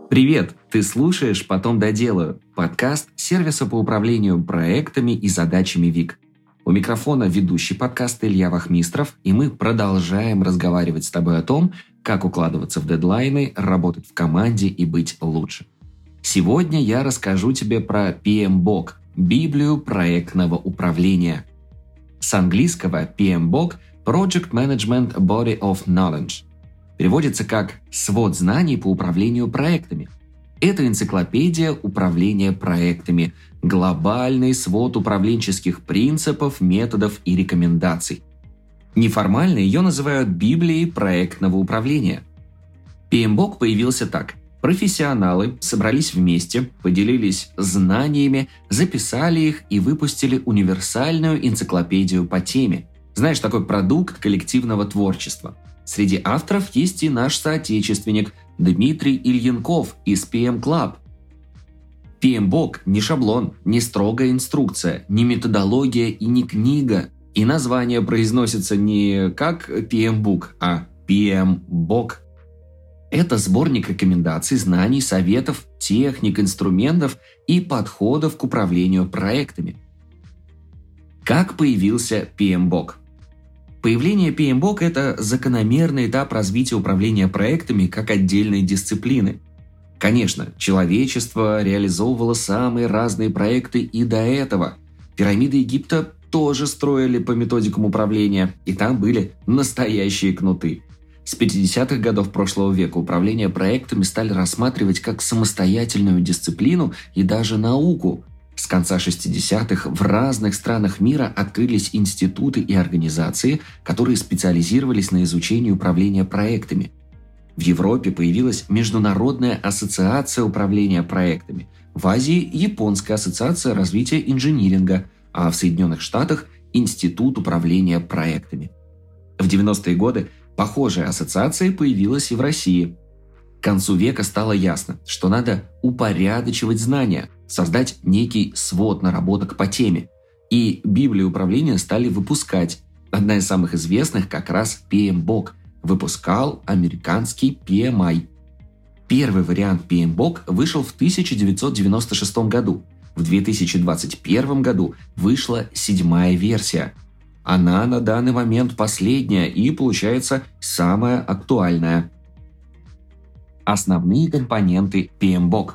Привет! Ты слушаешь «Потом доделаю» – подкаст сервиса по управлению проектами и задачами ВИК. У микрофона ведущий подкаста Илья Вахмистров, и мы продолжаем разговаривать с тобой о том, как укладываться в дедлайны, работать в команде и быть лучше. Сегодня я расскажу тебе про PMBOK – Библию проектного управления. С английского PMBOK – Project Management Body of Knowledge. Переводится как «свод знаний по управлению проектами». Это энциклопедия управления проектами, глобальный свод управленческих принципов, методов и рекомендаций. Неформально ее называют Библией проектного управления. PMBOK появился так. Профессионалы собрались вместе, поделились знаниями, записали их и выпустили универсальную энциклопедию по теме. Знаешь, такой продукт коллективного творчества. Среди авторов есть и наш соотечественник Дмитрий Ильенков из PM Club. PMBOK не шаблон, не строгая инструкция, не методология и не книга. И название произносится не как PMBOK, а PMBOK. Это сборник рекомендаций, знаний, советов, техник, инструментов и подходов к управлению проектами. Как появился PMBOK? Появление PMBOK – это закономерный этап развития управления проектами как отдельной дисциплины. Конечно, человечество реализовывало самые разные проекты и до этого. Пирамиды Египта тоже строили по методикам управления, и там были настоящие кнуты. С 50-х годов прошлого века управление проектами стали рассматривать как самостоятельную дисциплину и даже науку. С конца 60-х в разных странах мира открылись институты и организации, которые специализировались на изучении управления проектами. В Европе появилась Международная ассоциация управления проектами, в Азии – Японская ассоциация развития инжиниринга, а в Соединенных Штатах – Институт управления проектами. В 90-е годы похожая ассоциация появилась и в России. К концу века стало ясно, что надо упорядочивать знания, создать некий свод наработок по теме. И Библию управления стали выпускать. Одна из самых известных как раз PMBOK. Выпускал американский PMI. Первый вариант PMBOK вышел в 1996 году. В 2021 году вышла 7-я версия. Она на данный момент последняя и, получается, самая актуальная. Основные компоненты PMBOK.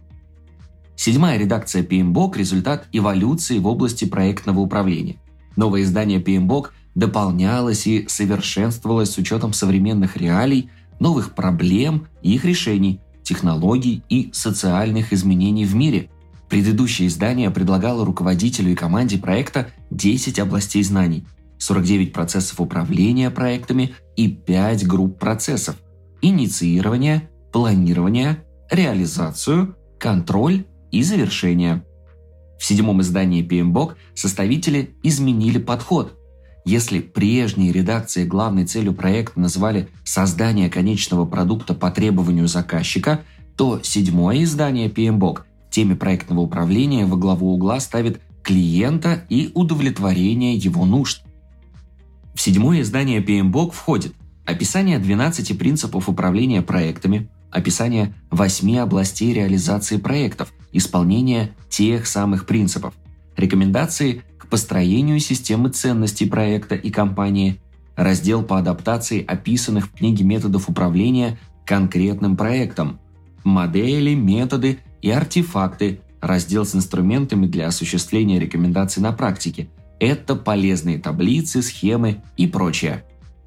7-я редакция PMBOK – результат эволюции в области проектного управления. Новое издание PMBOK дополнялось и совершенствовалось с учетом современных реалий, новых проблем и их решений, технологий и социальных изменений в мире. Предыдущее издание предлагало руководителю и команде проекта 10 областей знаний, 49 процессов управления проектами и 5 групп процессов – инициирование, планирование, реализацию, контроль и завершение. В 7-м издании PMBOK составители изменили подход. Если прежние редакции главной целью проекта называли создание конечного продукта по требованию заказчика, то 7-е издание PMBOK в теме проектного управления во главу угла ставит клиента и удовлетворение его нужд. В 7-е издание PMBOK входит описание 12 принципов управления проектами, описание 8 областей реализации проектов, исполнение тех самых принципов, рекомендации к построению системы ценностей проекта и компании, раздел по адаптации описанных в книге методов управления конкретным проектом, модели, методы и артефакты, раздел с инструментами для осуществления рекомендаций на практике. Это полезные таблицы, схемы и прочее.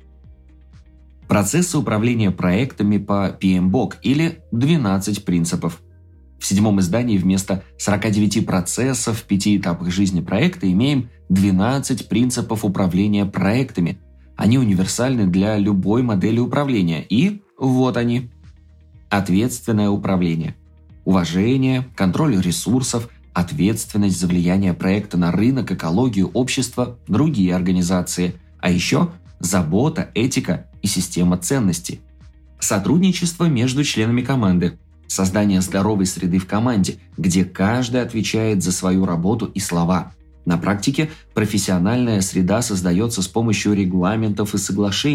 Процессы управления проектами по PMBOK или 12 принципов. В 7-м издании вместо 49 процессов в 5 этапах жизни проекта имеем 12 принципов управления проектами. Они универсальны для любой модели управления. И вот они. Ответственное управление. Уважение, контроль ресурсов, ответственность за влияние проекта на рынок, экологию, общество, другие организации. А еще забота, этика и система ценностей. Сотрудничество между членами команды. Создание здоровой среды в команде, где каждый отвечает за свою работу и слова. На практике профессиональная среда создается с помощью регламентов и соглашений,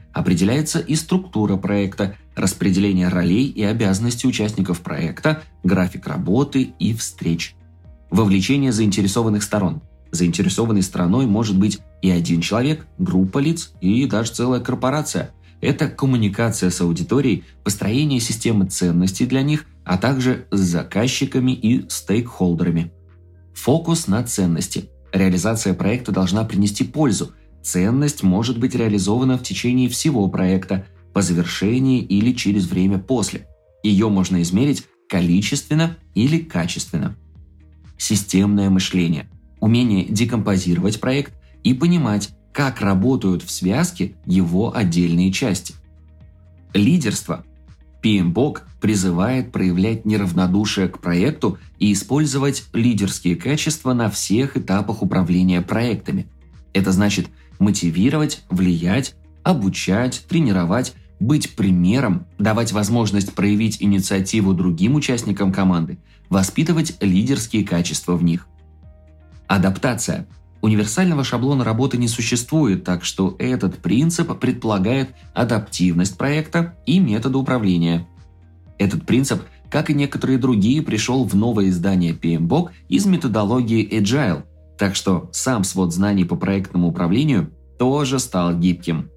определяется и структура проекта, распределение ролей и обязанностей участников проекта, график работы и встреч. Вовлечение заинтересованных сторон. Заинтересованной стороной может быть и один человек, группа лиц и даже целая корпорация. Это коммуникация с аудиторией, построение системы ценностей для них, а также с заказчиками и стейкхолдерами. Фокус на ценности. Реализация проекта должна принести пользу. Ценность может быть реализована в течение всего проекта, по завершении или через время после. Ее можно измерить количественно или качественно. Системное мышление. Умение декомпозировать проект и понимать, как работают в связке его отдельные части. Лидерство. PMBOK призывает проявлять неравнодушие к проекту и использовать лидерские качества на всех этапах управления проектами. Это значит мотивировать, влиять, обучать, тренировать, быть примером, давать возможность проявить инициативу другим участникам команды, воспитывать лидерские качества в них. Адаптация. Универсального шаблона работы не существует, так что этот принцип предполагает адаптивность проекта и метода управления. Этот принцип, как и некоторые другие, пришел в новое издание PMBOK из методологии Agile, так что сам свод знаний по проектному управлению тоже стал гибким.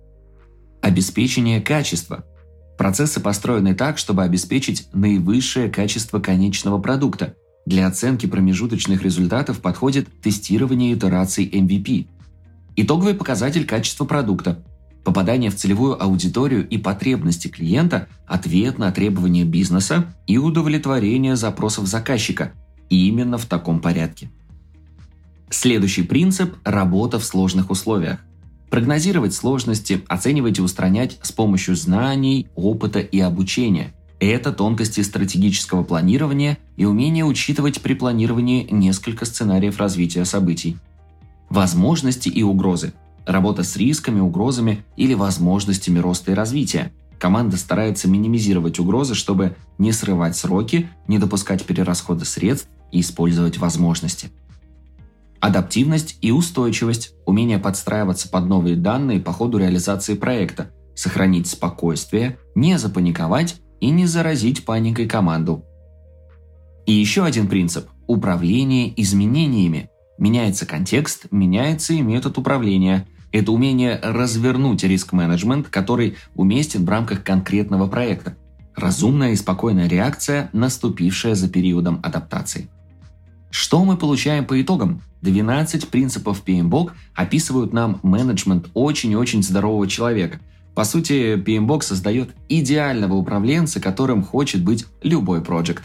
Обеспечение качества. Процессы построены так, чтобы обеспечить наивысшее качество конечного продукта. Для оценки промежуточных результатов подходит тестирование итераций MVP. Итоговый показатель качества продукта. Попадание в целевую аудиторию и потребности клиента, ответ на требования бизнеса и удовлетворение запросов заказчика. Именно в таком порядке. Следующий принцип – работа в сложных условиях. Прогнозировать сложности, оценивать и устранять с помощью знаний, опыта и обучения. Это тонкости стратегического планирования и умение учитывать при планировании несколько сценариев развития событий. Возможности и угрозы. Работа с рисками, угрозами или возможностями роста и развития. Команда старается минимизировать угрозы, чтобы не срывать сроки, не допускать перерасхода средств и использовать возможности. Адаптивность и устойчивость, умение подстраиваться под новые данные по ходу реализации проекта, сохранить спокойствие, не запаниковать и не заразить паникой команду. И еще один принцип – управление изменениями. Меняется контекст, меняется и метод управления. Это умение развернуть риск-менеджмент, который уместен в рамках конкретного проекта. Разумная и спокойная реакция, наступившая за периодом адаптации. Что мы получаем по итогам? 12 принципов PMBOK описывают нам менеджмент очень-очень здорового человека. По сути, PMBOK создает идеального управленца, которым хочет быть любой проект.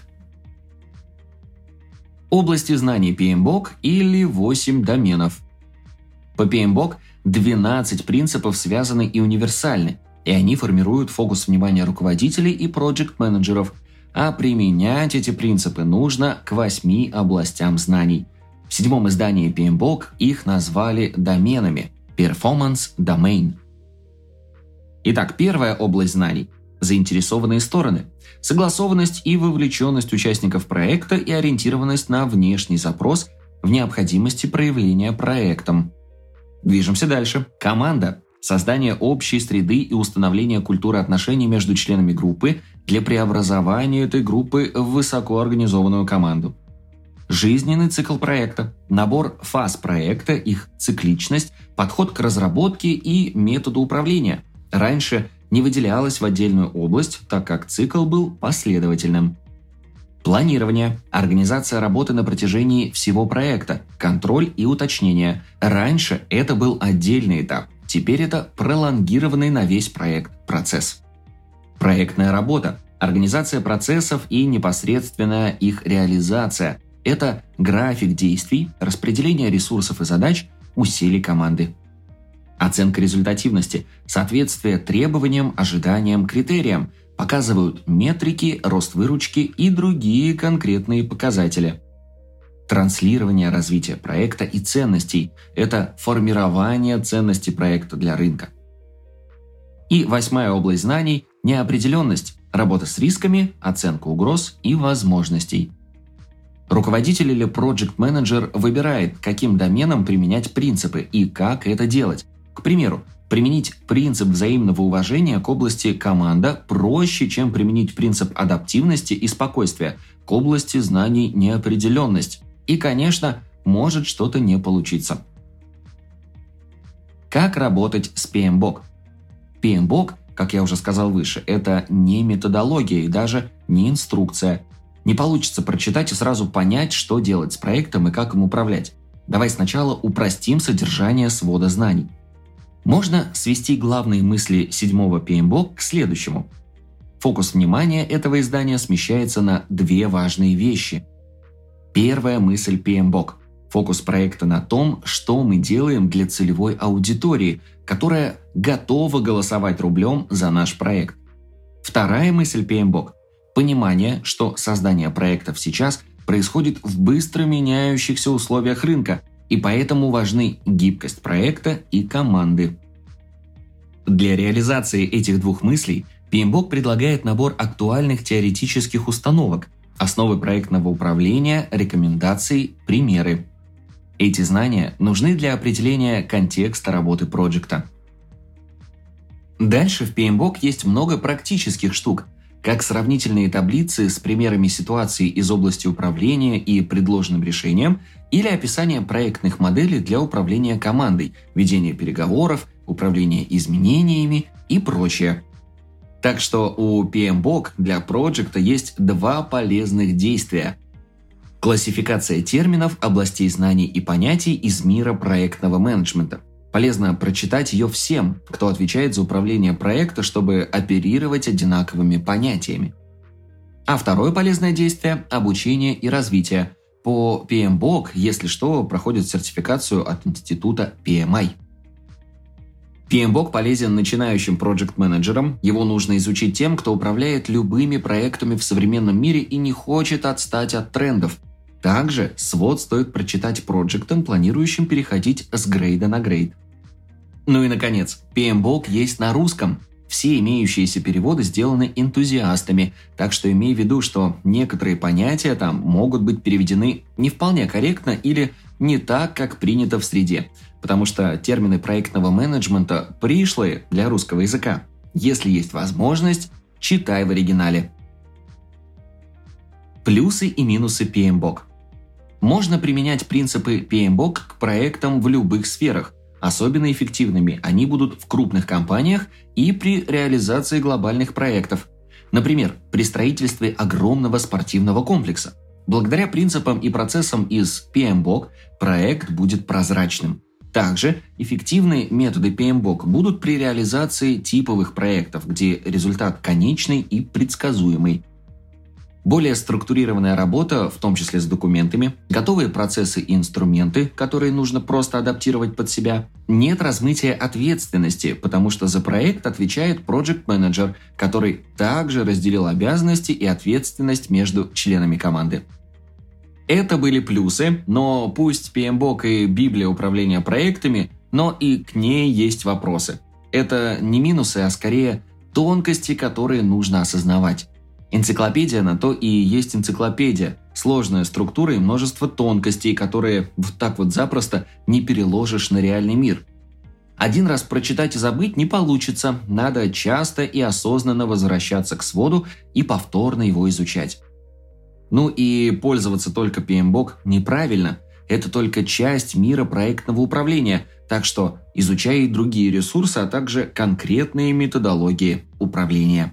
Области знаний PMBOK или 8 доменов. По PMBOK 12 принципов связаны и универсальны, и они формируют фокус внимания руководителей и проект-менеджеров, а применять эти принципы нужно к 8 областям знаний. В 7-м издании PMBOK их назвали доменами – Performance Domain. Итак, первая область знаний – заинтересованные стороны, согласованность и вовлеченность участников проекта и ориентированность на внешний запрос в необходимости проявления проектом. Движемся дальше. Команда – создание общей среды и установление культуры отношений между членами группы для преобразования этой группы в высокоорганизованную команду. Жизненный цикл проекта, набор фаз проекта, их цикличность, подход к разработке и методу управления. Раньше не выделялось в отдельную область, так как цикл был последовательным. Планирование, организация работы на протяжении всего проекта, контроль и уточнение. Раньше это был отдельный этап, теперь это пролонгированный на весь проект процесс. Проектная работа, организация процессов и непосредственная их реализация. Это график действий, распределение ресурсов и задач, усилий команды. Оценка результативности, соответствие требованиям, ожиданиям, критериям, показывают метрики, рост выручки и другие конкретные показатели. Транслирование развития проекта и ценностей – это формирование ценностей проекта для рынка. И 8-я область знаний – неопределенность, работа с рисками, оценка угроз и возможностей. Руководитель или проект-менеджер выбирает, каким доменам применять принципы и как это делать. К примеру, применить принцип взаимного уважения к области команда проще, чем применить принцип адаптивности и спокойствия к области знаний неопределенность. И, конечно, может что-то не получиться. Как работать с PMBOK? PMBOK, как я уже сказал выше, это не методология и даже не инструкция. Не получится прочитать и сразу понять, что делать с проектом и как им управлять. Давай сначала упростим содержание свода знаний. Можно свести главные мысли 7-го PMBOK к следующему. Фокус внимания этого издания смещается на две важные вещи. Первая мысль PMBOK. Фокус проекта на том, что мы делаем для целевой аудитории, которая готова голосовать рублем за наш проект. Вторая мысль PMBOK. Понимание, что создание проектов сейчас происходит в быстро меняющихся условиях рынка, и поэтому важны гибкость проекта и команды. Для реализации этих двух мыслей PMBOK предлагает набор актуальных теоретических установок, основы проектного управления, рекомендации, примеры. Эти знания нужны для определения контекста работы проекта. Дальше в PMBOK есть много практических штук, как сравнительные таблицы с примерами ситуаций из области управления и предложенным решением, или описание проектных моделей для управления командой, ведения переговоров, управления изменениями и прочее. Так что у PMBOK для проекта есть два полезных действия. Классификация терминов, областей знаний и понятий из мира проектного менеджмента. Полезно прочитать ее всем, кто отвечает за управление проекта, чтобы оперировать одинаковыми понятиями. А второе полезное действие – обучение и развитие. По PMBOK, если что, проходит сертификацию от института PMI. PMBOK полезен начинающим проект-менеджерам. Его нужно изучить тем, кто управляет любыми проектами в современном мире и не хочет отстать от трендов. Также свод стоит прочитать проектам, планирующим переходить с грейда на грейд. Ну и, наконец, PMBOK есть на русском. Все имеющиеся переводы сделаны энтузиастами, так что имей в виду, что некоторые понятия там могут быть переведены не вполне корректно или не так, как принято в среде, потому что термины проектного менеджмента пришлые для русского языка. Если есть возможность, читай в оригинале. Плюсы и минусы PMBOK. Можно применять принципы PMBOK к проектам в любых сферах. Особенно эффективными они будут в крупных компаниях и при реализации глобальных проектов. Например, при строительстве огромного спортивного комплекса. Благодаря принципам и процессам из PMBOK проект будет прозрачным. Также эффективные методы PMBOK будут при реализации типовых проектов, где результат конечный и предсказуемый. Более структурированная работа, в том числе с документами, готовые процессы и инструменты, которые нужно просто адаптировать под себя. Нет размытия ответственности, потому что за проект отвечает проект-менеджер, который также разделил обязанности и ответственность между членами команды. Это были плюсы, но пусть PMBOK и Библия управления проектами, но и к ней есть вопросы. Это не минусы, а скорее тонкости, которые нужно осознавать. Энциклопедия на то и есть энциклопедия. Сложная структура и множество тонкостей, которые вот так вот запросто не переложишь на реальный мир. Один раз прочитать и забыть не получится. Надо часто и осознанно возвращаться к своду и повторно его изучать. Ну и пользоваться только PMBOK неправильно. Это только часть мира проектного управления. Так что изучай и другие ресурсы, а также конкретные методологии управления.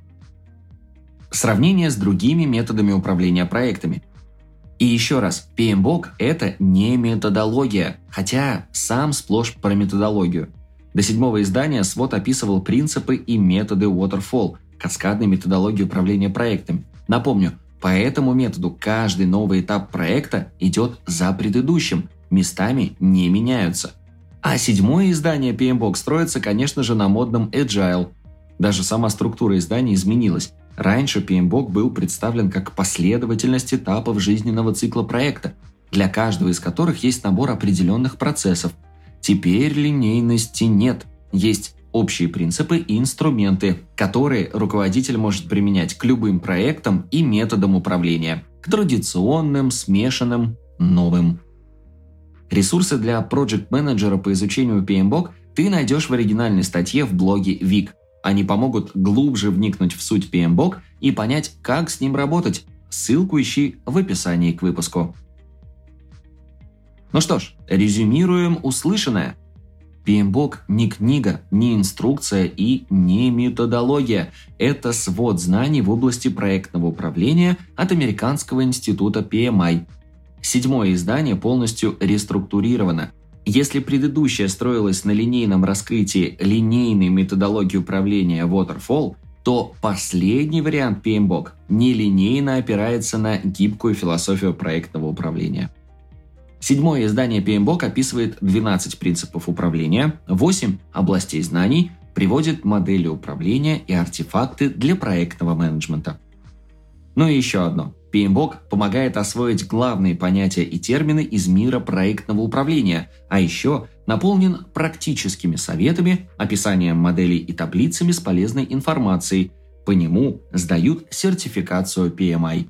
Сравнение с другими методами управления проектами. И еще раз, PMBOK – это не методология, хотя сам сплошь про методологию. До 7-го издания свод описывал принципы и методы Waterfall, каскадной методологии управления проектами. Напомню, по этому методу каждый новый этап проекта идет за предыдущим, местами не меняются. А 7-е издание PMBOK строится, конечно же, на модном Agile. Даже сама структура издания изменилась. Раньше PMBOK был представлен как последовательность этапов жизненного цикла проекта, для каждого из которых есть набор определенных процессов. Теперь линейности нет. Есть общие принципы и инструменты, которые руководитель может применять к любым проектам и методам управления, к традиционным, смешанным, новым. Ресурсы для проект-менеджера по изучению PMBOK ты найдешь в оригинальной статье в блоге Вик. Они помогут глубже вникнуть в суть PMBOK и понять, как с ним работать. Ссылку ищи в описании к выпуску. Ну что ж, резюмируем услышанное. PMBOK не книга, не инструкция и не методология. Это свод знаний в области проектного управления от Американского института PMI. 7-е издание полностью реструктурировано. Если предыдущее строилось на линейном раскрытии линейной методологии управления Waterfall, то последний вариант PMBOK нелинейно опирается на гибкую философию проектного управления. 7-е издание PMBOK описывает 12 принципов управления, 8 областей знаний, приводит модели управления и артефакты для проектного менеджмента. Ну и еще одно. PMBOK помогает освоить главные понятия и термины из мира проектного управления, а еще наполнен практическими советами, описанием моделей и таблицами с полезной информацией. По нему сдают сертификацию PMI.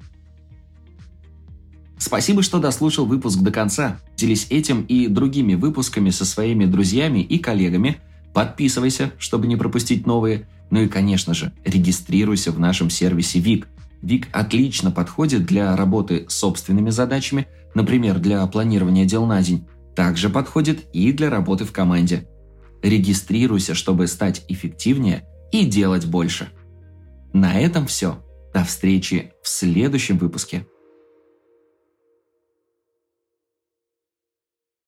Спасибо, что дослушал выпуск до конца. Делись этим и другими выпусками со своими друзьями и коллегами. Подписывайся, чтобы не пропустить новые. Ну и, конечно же, регистрируйся в нашем сервисе Вик. Вик отлично подходит для работы с собственными задачами, например, для планирования дел на день. Также подходит и для работы в команде. Регистрируйся, чтобы стать эффективнее и делать больше. На этом все. До встречи в следующем выпуске.